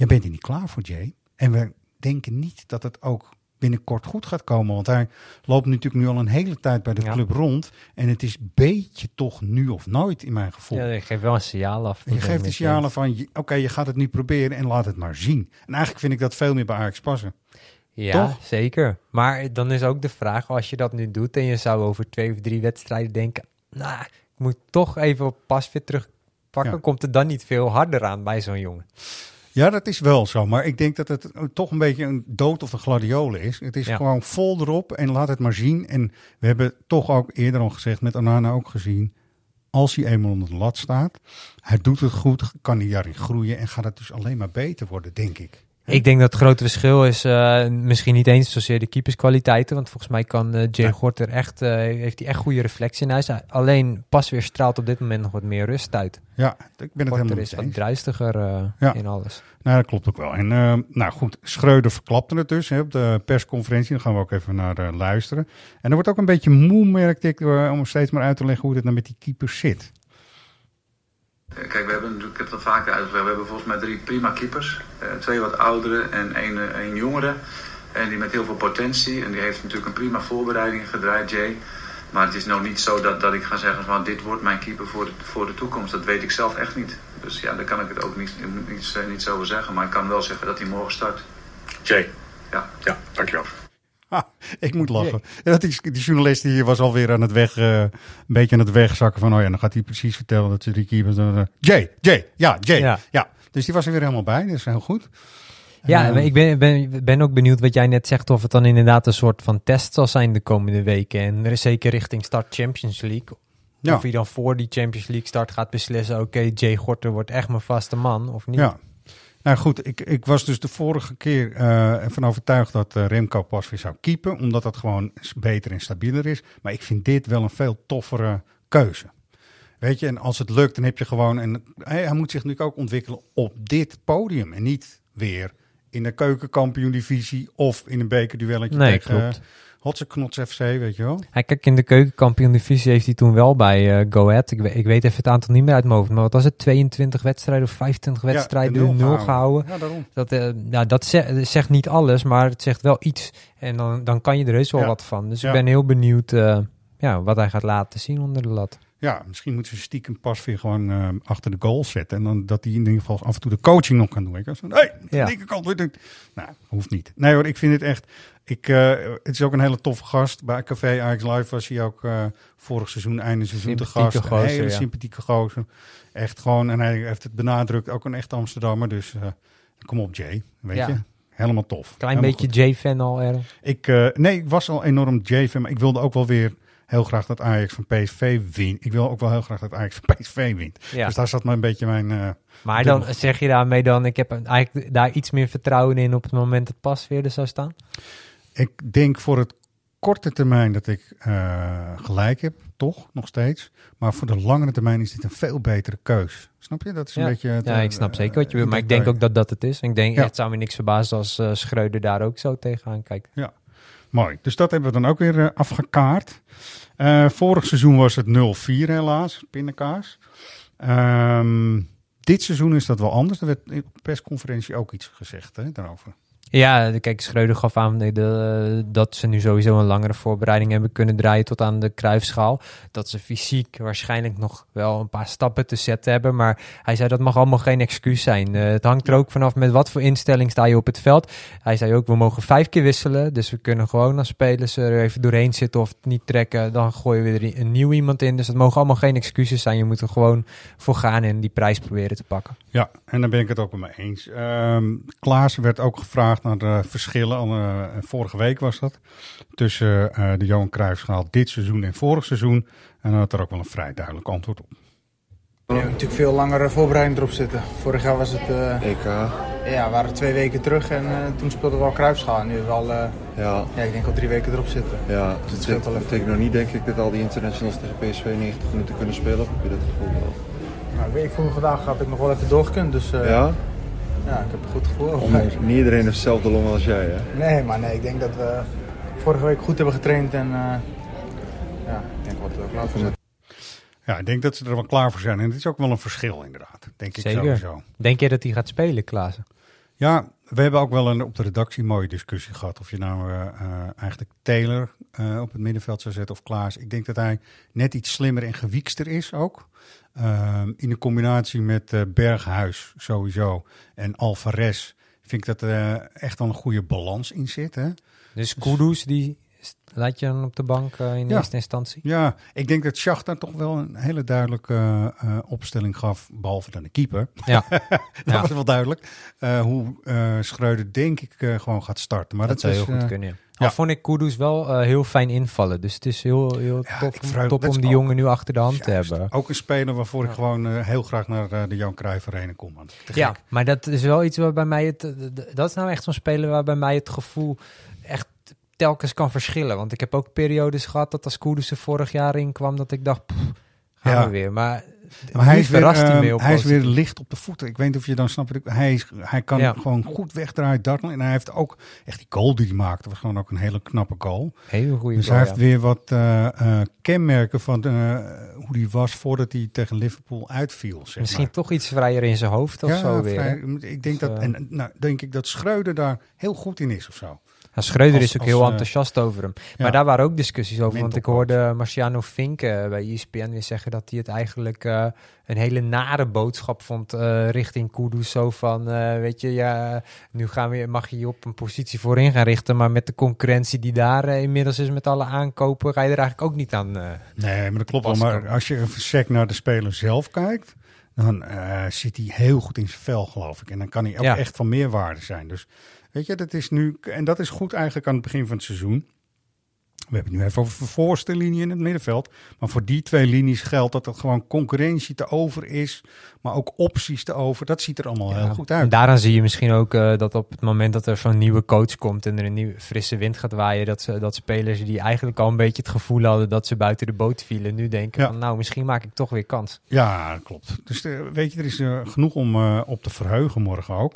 je bent er niet klaar voor, Jay. En we denken niet dat het ook binnenkort goed gaat komen. Want hij loopt natuurlijk nu al een hele tijd bij de Ja. club rond. En het is een beetje toch nu of nooit in mijn gevoel. Ja, je geeft wel een signaal af. En je geeft de signalen van, je- oké, okay, je gaat het nu proberen en laat het maar zien. En eigenlijk vind ik dat veel meer bij Ajax passen. Ja, Toch? zeker. Maar dan is ook de vraag, als je dat nu doet en je zou over twee of drie wedstrijden denken, nou, ik moet toch even op Pasveer terugpakken, Ja. komt er dan niet veel harder aan bij zo'n jongen? Ja, dat is wel zo. Maar ik denk dat het toch een beetje een dood of een gladiolen is. Het is Ja. gewoon vol erop en laat het maar zien. En we hebben toch ook eerder al gezegd, met Onana ook gezien, als hij eenmaal onder de lat staat, hij doet het goed, kan hij daarin groeien en gaat het dus alleen maar beter worden, denk ik. Ik denk dat het grote verschil is uh, misschien niet eens zozeer de keeperskwaliteiten, want volgens mij kan uh, Jay Nee. Gorter echt, uh, heeft hij echt goede reflectie in huis. Alleen Pasveer straalt op dit moment nog wat meer rust uit. Ja, ik ben het helemaal Gorter met is je wat eens. druistiger uh, Ja. in alles. Nou, dat klopt ook wel. En uh, nou goed, Schreuder verklapte het dus hè, op de persconferentie. Daar gaan we ook even naar uh, luisteren. En er wordt ook een beetje moe, merkte ik, uh, om steeds maar uit te leggen hoe het nou met die keepers zit. Kijk, we hebben natuurlijk, ik heb dat vaker uitgelegd, we hebben volgens mij drie prima keepers. Uh, twee wat oudere en één, uh, één jongere. En die met heel veel potentie. En die heeft natuurlijk een prima voorbereiding gedraaid, Jay. Maar het is nou niet zo dat, dat ik ga zeggen van dit wordt mijn keeper voor de, voor de toekomst. Dat weet ik zelf echt niet. Dus ja, daar kan ik het ook niet, niet, niet zo over zeggen. Maar ik kan wel zeggen dat hij morgen start. Jay. Ja. Ja, dankjewel. Ha, ik moet lachen. Ja, dat is, die journalist hier was alweer aan het weg, uh, een beetje aan het wegzakken van, oh ja, dan gaat hij precies vertellen dat ze drie keepers... Uh, Jay, Jay, ja, Jay, ja. Ja. Dus die was er weer helemaal bij, dat is heel goed. Ja, Uh, maar ik ben, ben, ben ook benieuwd wat jij net zegt, of het dan inderdaad een soort van test zal zijn de komende weken. En er is zeker richting start Champions League. Ja. Of hij dan voor die Champions League start gaat beslissen, oké, okay, Jay Gorter wordt echt mijn vaste man, of niet? Ja. Nou goed, ik, ik was dus de vorige keer uh, ervan overtuigd dat uh, Remco Pasveer zou keepen, omdat dat gewoon beter en stabieler is. Maar ik vind dit wel een veel toffere keuze. Weet je, en als het lukt, dan heb je gewoon... En hij, hij moet zich natuurlijk ook ontwikkelen op dit podium en niet weer in de keukenkampioen-divisie of in een bekerduelletje Nee, tegen klopt. uh, Hotse Knots F C, weet je wel. Hij, kijk, in de keukenkampioen-divisie heeft hij toen wel bij uh, Go Ahead, ik, we, ik weet even het aantal niet meer uit mijn hoofd, maar wat was het, tweeëntwintig wedstrijden of vijfentwintig wedstrijden, ja, de nul gehouden. Ja, daarom. Dat, uh, nou, dat zegt, zegt niet alles, maar het zegt wel iets. En dan, dan kan je er heus wel Ja. wat van. Dus Ja. ik ben heel benieuwd uh, ja, wat hij gaat laten zien onder de lat. Ja, misschien moeten ze stiekem Pasveer gewoon uh, achter de goal zetten. En dan dat hij in ieder geval af en toe de coaching nog kan doen. Hé, hey, de Ja. linkerkant. Weet ik. Nou, hoeft niet. Nee hoor, ik vind het echt... Ik, uh, het is ook een hele toffe gast. Bij Café Ajax Live was hij ook uh, vorig seizoen, einde seizoen te Sympathieke gast. gozer, een hele ja. sympathieke gozer. Echt gewoon, en hij heeft het benadrukt, ook een echte Amsterdammer. Dus uh, kom op Jay, weet Ja. je. Helemaal tof. Klein Helemaal beetje Jay-fan al, er. ik, uh, nee, ik was al enorm Jay-fan, maar ik wilde ook wel weer heel graag dat Ajax van P S V wint. Ik wil ook wel heel graag dat Ajax van P S V wint. Ja. Dus daar zat maar een beetje mijn... Uh, Maar dan zeg je daarmee dan, ik heb eigenlijk daar iets meer vertrouwen in op het moment dat Pasveer er zou staan? ik denk voor het korte termijn dat ik uh, gelijk heb, toch, nog steeds. Maar voor de langere termijn is dit een veel betere keus. Snap je? Dat is een ja. beetje... Het, ja, ik snap uh, zeker wat je wil, maar ik denk ook dat dat het is. Ik denk, Ja. het zou me niks verbazen als uh, Schreuder daar ook zo tegenaan kijkt. Ja, mooi. Dus dat hebben we dan ook weer uh, afgekaart. Uh, vorig seizoen was het nul vier helaas, pindakaas. Um, dit seizoen is dat wel anders. Er werd in de persconferentie ook iets gezegd hè, daarover. Ja, kijk, Schreuder gaf aan de, de, dat ze nu sowieso een langere voorbereiding hebben kunnen draaien tot aan de Cruijffschaal. Dat ze fysiek waarschijnlijk nog wel een paar stappen te zetten hebben. Maar hij zei dat mag allemaal geen excuus zijn. Uh, het hangt er ook vanaf met wat voor instelling sta je op het veld. Hij zei ook, we mogen vijf keer wisselen. Dus we kunnen gewoon als spelers er even doorheen zitten of het niet trekken. Dan gooien we er een nieuw iemand in. Dus dat mogen allemaal geen excuses zijn. Je moet er gewoon voor gaan en die prijs proberen te pakken. Ja, en daar ben ik het ook met me eens. Um, Klaas werd ook gevraagd naar de verschillen, uh, vorige week was dat, tussen uh, de Johan Cruijffschaal dit seizoen en vorig seizoen. En dan had er ook wel een vrij duidelijk antwoord op. Er moet natuurlijk veel langere voorbereiding erop zitten. Vorig jaar was het, uh, E K. Ja, we waren twee weken terug en uh, toen speelden we al Cruijffschaal. En nu hebben we al, uh, ja. ja, ik denk al drie weken erop zitten. Ja, dus het betekent, betekent nog niet denk ik dat al die internationals tegen P S V negentig minuten kunnen spelen. Of heb je dat gevoel wel? Nou, ik voel me vandaag had ik nog wel even doorgekund, dus uh, ja? ja, ik heb een goed gevoel. Ondanks, niet iedereen heeft hetzelfde long als jij, hè? Nee, maar nee, ik denk dat we vorige week goed hebben getraind en uh, ja, ik denk dat we er klaar voor zijn. Ja, ik denk dat ze er wel klaar voor zijn. En het is ook wel een verschil inderdaad, denk ik Zeker. sowieso. Denk jij dat hij gaat spelen, Klaassen? Ja, we hebben ook wel een, op de redactie een mooie discussie gehad. Of je nou uh, uh, eigenlijk Taylor uh, op het middenveld zou zetten of Klaas. Ik denk dat hij net iets slimmer en gewiekster is ook. Uh, in de combinatie met uh, Berghuis sowieso en Alvarez vind ik dat er uh, echt wel een goede balans in zit. Hè? Dus Kudus, die laat je dan op de bank uh, in ja. eerste instantie? Ja, ik denk dat Shakhtar toch wel een hele duidelijke uh, uh, opstelling gaf, behalve dan de keeper. Ja. dat ja. was wel duidelijk. Uh, hoe uh, Schreuder denk ik uh, gewoon gaat starten. Maar dat, dat zou is, heel goed uh, kunnen, ja. Ja. Al vond ik Kudus wel uh, heel fijn invallen. Dus het is heel, heel ja, top, vreug, top om die ook, jongen nu achter de hand juist, te hebben. Ook een speler waarvoor ja. ik gewoon uh, heel graag naar uh, de Johan Cruijff Arena kom. Man. Ja, gek. Maar dat is wel iets waar bij mij het... Dat is nou echt zo'n speler waar bij mij het gevoel echt telkens kan verschillen. Want ik heb ook periodes gehad dat als Kudus er vorig jaar in kwam, dat ik dacht, pff, gaan ja. we weer. Maar, maar hij is, weer, verrast uh, hij, mee op hij is weer licht op de voeten. Ik weet niet of je dan snapt. Hij, is, hij kan ja. gewoon goed wegdraaien, dartelen. En hij heeft ook echt die goal die hij maakte. was gewoon ook een hele knappe goal. Hele goede dus goal, hij heeft ja. weer wat uh, uh, kenmerken van uh, hoe hij was voordat hij tegen Liverpool uitviel. Zeg Misschien maar. toch iets vrijer in zijn hoofd of ja, zo weer. Vrij, ik denk dus, dat, uh, en nou, denk ik dat Schreuder daar heel goed in is of zo. Ja, Schreuder als, is ook als, heel uh, enthousiast over hem. Ja. Maar daar waren ook discussies over. Want ik Mental hoorde Marciano Fink uh, bij E S P N weer zeggen dat hij het eigenlijk uh, een hele nare boodschap vond uh, richting Kudus. Zo van, uh, weet je, ja, nu gaan we, mag je je op een positie voorin gaan richten. Maar met de concurrentie die daar uh, inmiddels is met alle aankopen, ga je er eigenlijk ook niet aan. Uh, nee, maar dat klopt wel. Maar als je even sec naar de speler zelf kijkt, dan uh, zit hij heel goed in zijn vel, geloof ik. En dan kan hij ook ja. echt van meerwaarde zijn. Dus weet je, dat is nu, en dat is goed eigenlijk aan het begin van het seizoen. We hebben het nu even over de voorste linie in het middenveld. Maar voor die twee linies geldt dat er gewoon concurrentie te over is. Maar ook opties te over. Dat ziet er allemaal ja, heel goed uit. En daaraan zie je misschien ook uh, dat op het moment dat er zo'n nieuwe coach komt en er een nieuwe frisse wind gaat waaien, dat, ze, dat spelers die eigenlijk al een beetje het gevoel hadden dat ze buiten de boot vielen, nu denken ja. van nou, misschien maak ik toch weer kans. Ja, klopt. Dus de, weet je, er is uh, genoeg om uh, op te verheugen morgen ook.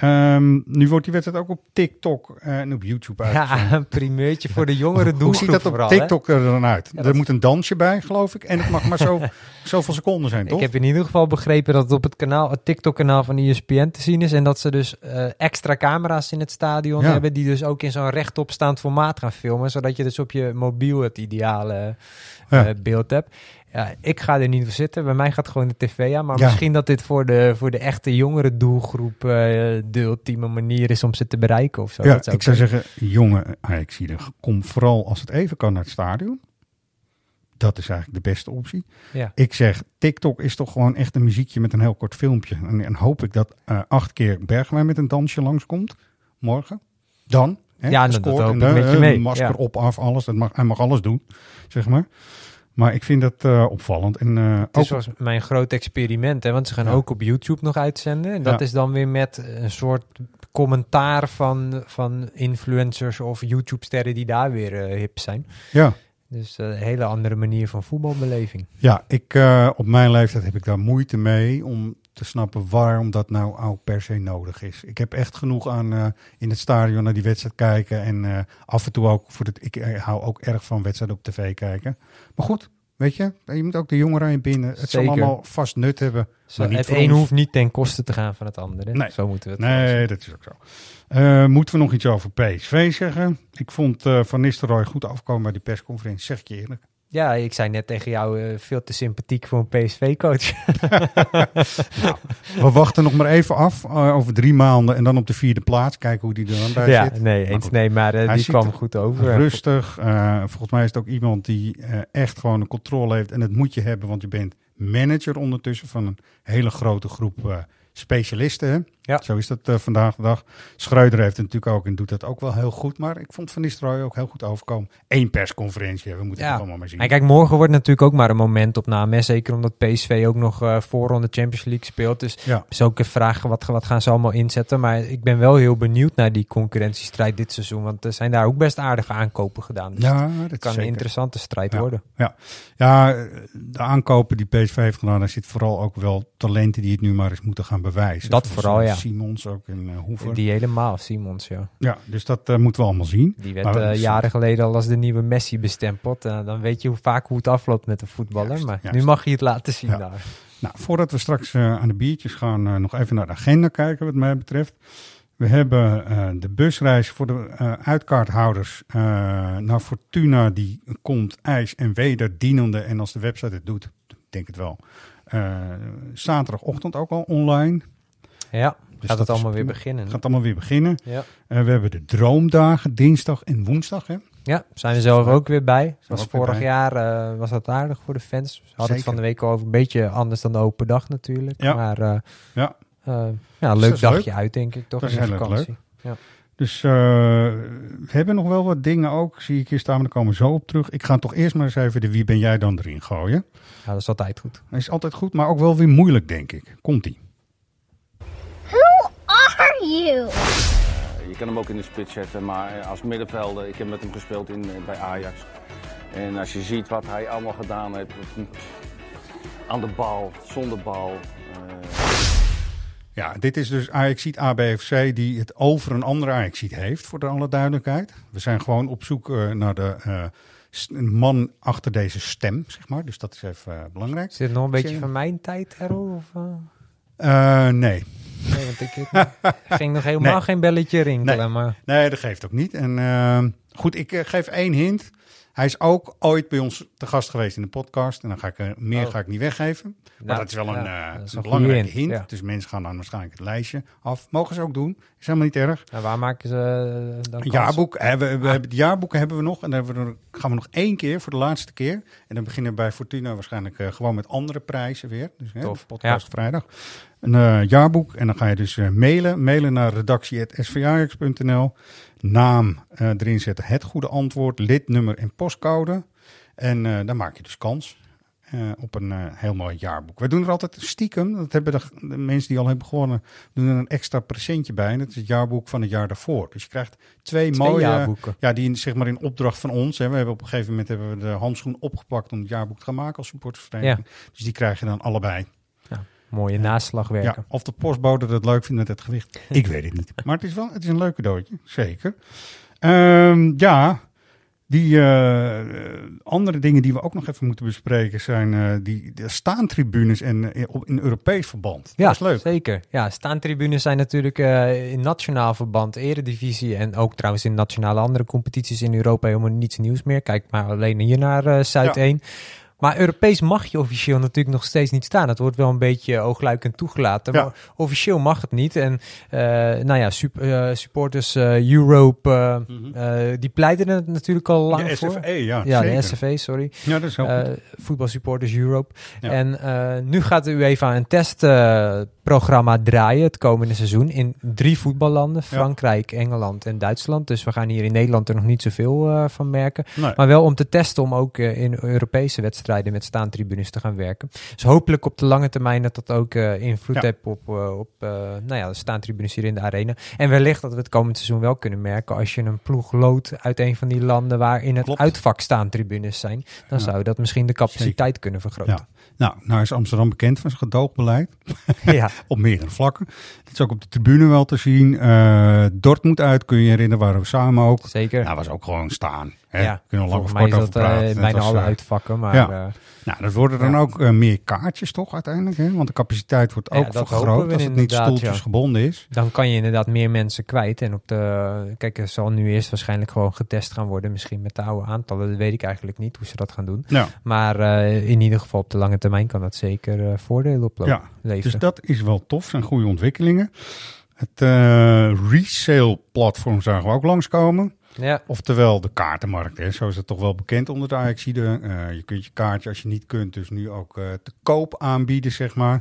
Um, nu wordt die wedstrijd ook op TikTok uh, en op YouTube uitgezonden. Ja, een primeurtje voor de jongere doelgroep. Hoe ziet dat op vooral, TikTok hè? er dan uit? Ja, er dat... moet een dansje bij, geloof ik. En het mag maar zo, zoveel seconden zijn, toch? Ik heb in ieder geval begrepen dat het op het kanaal, het TikTok-kanaal van E S P N te zien is. En dat ze dus uh, extra camera's in het stadion ja. hebben, die dus ook in zo'n rechtopstaand formaat gaan filmen. Zodat je dus op je mobiel het ideale uh, ja. beeld hebt. Ja, ik ga er niet voor zitten. Bij mij gaat gewoon de tv aan. Maar ja. misschien dat dit voor de, voor de echte jongere doelgroep uh, de ultieme manier is om ze te bereiken of zo. Ja, dat zou ik zou zeggen, jongen, ik zie er, kom vooral als het even kan naar het stadion. Dat is eigenlijk de beste optie. Ja. Ik zeg, TikTok is toch gewoon echt een muziekje met een heel kort filmpje. En, en hoop ik dat uh, acht keer Bergwijn met een dansje langskomt. Morgen. Dan. Hè, ja, dat hoop ik en, met je mee. Masker ja. op, af, alles. Dat mag, hij mag alles doen, zeg maar. Maar ik vind dat uh, opvallend. En, uh, het is ook... mijn groot experiment, hè, want ze gaan ja. ook op YouTube nog uitzenden. En dat ja. is dan weer met een soort commentaar van, van influencers of YouTube-sterren die daar weer uh, hip zijn. Ja. Dus uh, een hele andere manier van voetbalbeleving. Ja, ik, uh, op mijn leeftijd heb ik daar moeite mee om te snappen waarom dat nou ook per se nodig is. Ik heb echt genoeg aan uh, in het stadion naar die wedstrijd kijken. En uh, af en toe ook, voor het, ik uh, hou ook erg van wedstrijden op tv kijken. Maar goed, weet je, je moet ook de jongeren in binnen. Het zal allemaal vast nut hebben. Zo, het een hoeft niet ten koste te gaan van het andere. Nee. Zo moeten we het Nee, doen. Dat is ook zo. Uh, moeten we nog iets over P S V zeggen? Ik vond uh, Van Nistelrooy goed afkomen bij die persconferentie, zeg ik je eerlijk. Ja, ik zei net tegen jou, uh, veel te sympathiek voor een P S V-coach. Nou, we wachten nog maar even af, uh, over drie maanden en dan op de vierde plaats. Kijken hoe die er dan bij ja, zit. Nee, eens, nee, maar uh, die kwam goed over. Rustig. Uh, volgens mij is het ook iemand die uh, echt gewoon een controle heeft. En dat moet je hebben, want je bent manager ondertussen van een hele grote groep uh, specialisten. Hè? Ja. Zo is dat uh, vandaag de dag. Schreuder heeft het natuurlijk ook en doet dat ook wel heel goed. Maar ik vond Van Nistelrooy ook heel goed overkomen. Eén persconferentie, we moeten ja. het allemaal maar zien. En kijk, morgen wordt natuurlijk ook maar een momentopname. Hè? Zeker omdat P S V ook nog uh, voorronde Champions League speelt. Dus ja. is ook een vraag, wat, wat gaan ze allemaal inzetten? Maar ik ben wel heel benieuwd naar die concurrentiestrijd dit seizoen. Want er zijn daar ook best aardige aankopen gedaan. Dus ja, dat kan zeker een interessante strijd ja. worden. Ja. ja, de aankopen die P S V heeft gedaan, daar zit vooral ook wel talenten die het nu maar eens moeten gaan bewijzen. Dat vooral, ja. Simons ook in uh, Hoever. Die helemaal, Simons, ja. Ja, dus dat uh, moeten we allemaal zien. Die werd uh, jaren geleden al als de nieuwe Messi bestempeld. Uh, dan weet je hoe vaak hoe het afloopt met een voetballer. Juist, maar juist. Nu mag je het laten zien ja. daar. Nou, voordat we straks uh, aan de biertjes gaan, uh, nog even naar de agenda kijken wat mij betreft. We We hebben uh, de busreis voor de uh, uitkaarthouders uh, naar Fortuna. Die komt ijs en weder dienende. En als de website het doet, ik denk het wel. Uh, zaterdagochtend ook al online. Ja, dus gaat het allemaal is, weer beginnen. Gaat allemaal weer beginnen. Ja. Uh, we hebben de droomdagen, dinsdag en woensdag. Hè? Ja, zijn we zelf ook weer bij. Was vorig bij. jaar uh, was dat aardig voor de fans. We hadden Zeker. het van de week al over een beetje anders dan de open dag natuurlijk. Ja. Maar uh, ja. Uh, ja, leuk dagje leuk. uit denk ik toch. Dat in is de heel vakantie. leuk. Ja. Dus uh, we hebben nog wel wat dingen ook. Zie ik hier staan, maar daar komen we zo op terug. Ik ga toch eerst maar eens even de wie ben jij dan erin gooien. Ja, dat is altijd goed. Dat is altijd goed, maar ook wel weer moeilijk denk ik. Komt-ie. Who are you? Je kan hem ook in de spits zetten, maar als middenvelder, ik heb met hem gespeeld in, bij Ajax. En als je ziet wat hij allemaal gedaan heeft, aan de bal, zonder bal. Uh... Ja, dit is dus Ajaxiet A B F C die het over een andere Ajaxiet heeft, voor de alle duidelijkheid. We zijn gewoon op zoek uh, naar de uh, man achter deze stem, zeg maar. Dus dat is even uh, belangrijk. Is dit nog een beetje van mijn tijd, Errol? Of, uh... uh, nee. Nee, want ik het, ging nog helemaal nee. geen belletje rinkelen. Nee. Maar... nee, dat geeft ook niet. En uh, goed, ik uh, geef één hint. Hij is ook ooit bij ons te gast geweest in de podcast. En dan ga ik uh, meer oh. ga ik niet weggeven. Maar nou, dat is wel een, ja, uh, is een belangrijke hint. hint. Ja. Dus mensen gaan dan waarschijnlijk het lijstje af. Mogen ze ook doen. Is helemaal niet erg. En waar maken ze uh, dan Een jaarboek. Hè, we, we ah. hebben, het jaarboek hebben we nog. En dan hebben we, gaan we nog één keer voor de laatste keer. En dan beginnen we bij Fortuna waarschijnlijk uh, gewoon met andere prijzen weer. Dus hè, de podcast ja. vrijdag. Een uh, jaarboek. En dan ga je dus uh, mailen. Mailen naar redactie apenstaartje s v ajax punt n l. Naam uh, erin zetten. Het goede antwoord. Lidnummer en postcode. En uh, dan maak je dus kans uh, op een uh, heel mooi jaarboek. We doen er altijd stiekem. Dat hebben de, de mensen die al hebben gewonnen. Doen er een extra presentje bij. En dat is het jaarboek van het jaar daarvoor. Dus je krijgt twee, twee mooie jaarboeken. Ja, die zeg maar in opdracht van ons. Hè. We hebben op een gegeven moment hebben we de handschoen opgepakt om het jaarboek te gaan maken als supportersvereniging. Ja. Dus die krijg je dan allebei. Ja. Mooie naslagwerken. Ja, of de postbode dat leuk vindt met het gewicht. Ik weet het niet. Maar het is wel het is een leuk cadeautje. Zeker. Um, ja, die uh, andere dingen die we ook nog even moeten bespreken zijn uh, die de staantribunes en uh, in Europees verband. Ja, dat is leuk. Zeker. Ja, staantribunes zijn natuurlijk uh, in nationaal verband, eredivisie en ook trouwens in nationale andere competities in Europa helemaal niets nieuws meer. Kijk maar alleen hier naar uh, Zuid één. Ja. Maar Europees mag je officieel natuurlijk nog steeds niet staan. Het wordt wel een beetje oogluikend toegelaten. Ja. Maar officieel mag het niet. En uh, nou ja, super, uh, supporters uh, Europe, uh, mm-hmm. uh, die pleiten er natuurlijk al lang de voor. S F E, ja. Ja, zeker. de S F E, sorry. Ja, dat is heel uh, goed. Voetbal Supporters Europe. Ja. En uh, nu gaat de UEFA een testprogramma uh, draaien het komende seizoen in drie voetballanden. Frankrijk, ja. Engeland en Duitsland. Dus we gaan hier in Nederland er nog niet zoveel uh, van merken. Nee. Maar wel om te testen om ook uh, in Europese wedstrijden met staantribunes te gaan werken. Dus hopelijk op de lange termijn dat dat ook uh, invloed ja. heeft op, uh, op uh, nou ja, de staantribunes hier in de arena. En wellicht dat we het komend seizoen wel kunnen merken als je een ploeg loodt uit een van die landen waarin het Klopt. uitvak staantribunes zijn, dan ja. zou dat misschien de capaciteit Zeker. kunnen vergroten. Ja. Nou, nou is Amsterdam bekend van zijn gedoogbeleid. Ja. Op meerdere vlakken. Dat is ook op de tribune wel te zien. Uh, Dortmund uit, kun je je herinneren, waren we samen ook. Zeker. Nou, was ook gewoon staan. Hè? Ja, kunnen we lang volgens mij is dat uh, bijna als, alle uh, uitvakken. Maar, ja. uh, nou, dat worden dan ja. ook uh, meer kaartjes toch uiteindelijk. Hè? Want de capaciteit wordt ook ja, vergroot als het niet stoeltjes ja. gebonden is. Dan kan je inderdaad meer mensen kwijt. En op de, kijk, er zal nu eerst waarschijnlijk gewoon getest gaan worden. Misschien met de oude aantallen. Dat weet ik eigenlijk niet hoe ze dat gaan doen. Ja. Maar uh, in ieder geval op de lange termijn kan dat zeker uh, voordelen oplopen. Ja, dus dat is wel tof. zijn goede ontwikkelingen. Het uh, resale platform zagen we ook langskomen. Ja. Oftewel de kaartenmarkt, hè. Zo is het toch wel bekend onder de Ajaxiden. Uh, je kunt je kaartje, als je niet kunt, dus nu ook uh, te koop aanbieden, zeg maar.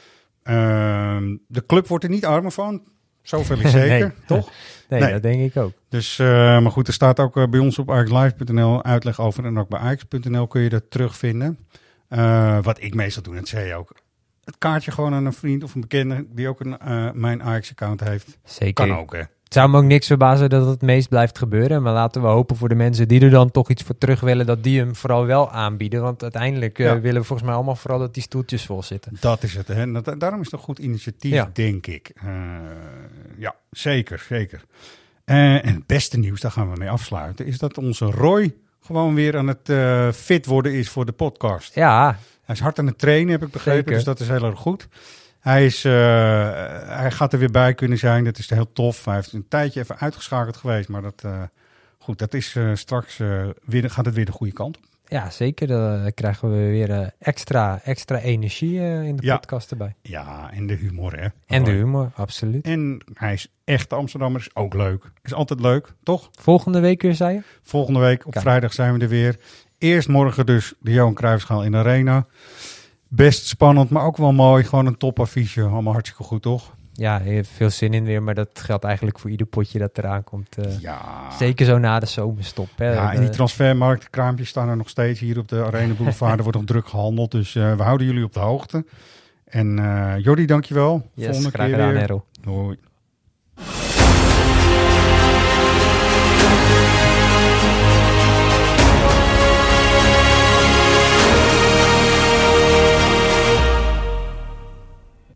Uh, de club wordt er niet armer van. Zoveel is zeker, nee. toch? Nee, nee, dat denk ik ook. Dus, uh, maar goed, er staat ook uh, bij ons op ajax live punt n l uitleg over. En ook bij ajax punt n l kun je dat terugvinden. Uh, wat ik meestal doe, dat zei je ook. Het kaartje gewoon aan een vriend of een bekende die ook een uh, mijn Ajax-account heeft. Zeker. Kan ook, hè. Het zou me ook niks verbazen dat het het meest blijft gebeuren. Maar laten we hopen voor de mensen die er dan toch iets voor terug willen, dat die hem vooral wel aanbieden. Want uiteindelijk uh, ja. willen we volgens mij allemaal vooral dat die stoeltjes vol zitten. Dat is het. Hè? Dat, daarom is het een goed initiatief, ja. denk ik. Uh, ja, zeker, zeker. Uh, en het beste nieuws, daar gaan we mee afsluiten, is dat onze Roy gewoon weer aan het uh, fit worden is voor de podcast. Ja. Hij is hard aan het trainen, heb ik begrepen. Zeker. Dus dat is heel erg goed. Hij, is, uh, hij gaat er weer bij kunnen zijn. Dat is heel tof. Hij heeft een tijdje even uitgeschakeld geweest. Maar dat, uh, goed, dat is uh, straks uh, weer, gaat het weer de goede kant op. Ja, zeker. Dan krijgen we weer uh, extra, extra energie uh, in de ja. podcast erbij. Ja, en de humor, hè. En de humor, absoluut. En hij is echt Amsterdammer, is ook leuk. Is altijd leuk, toch? Volgende week weer, zei je? Volgende week, op Kijk. vrijdag zijn we er weer. Eerst morgen dus de Johan Cruijffschaal in de Arena. Best spannend, maar ook wel mooi. Gewoon een topaffiche. Allemaal hartstikke goed, toch? Ja, je hebt veel zin in weer, maar dat geldt eigenlijk voor ieder potje dat eraan komt. Uh, ja. Zeker zo na de zomerstop. Hè. Ja, en die transfermarktkraampjes staan er nog steeds hier op de Arena Boulevard. Er wordt nog druk gehandeld, dus uh, we houden jullie op de hoogte. En uh, Jordi, dankjewel. Yes, Volgende graag keer gedaan, weer. Errol. Hoi.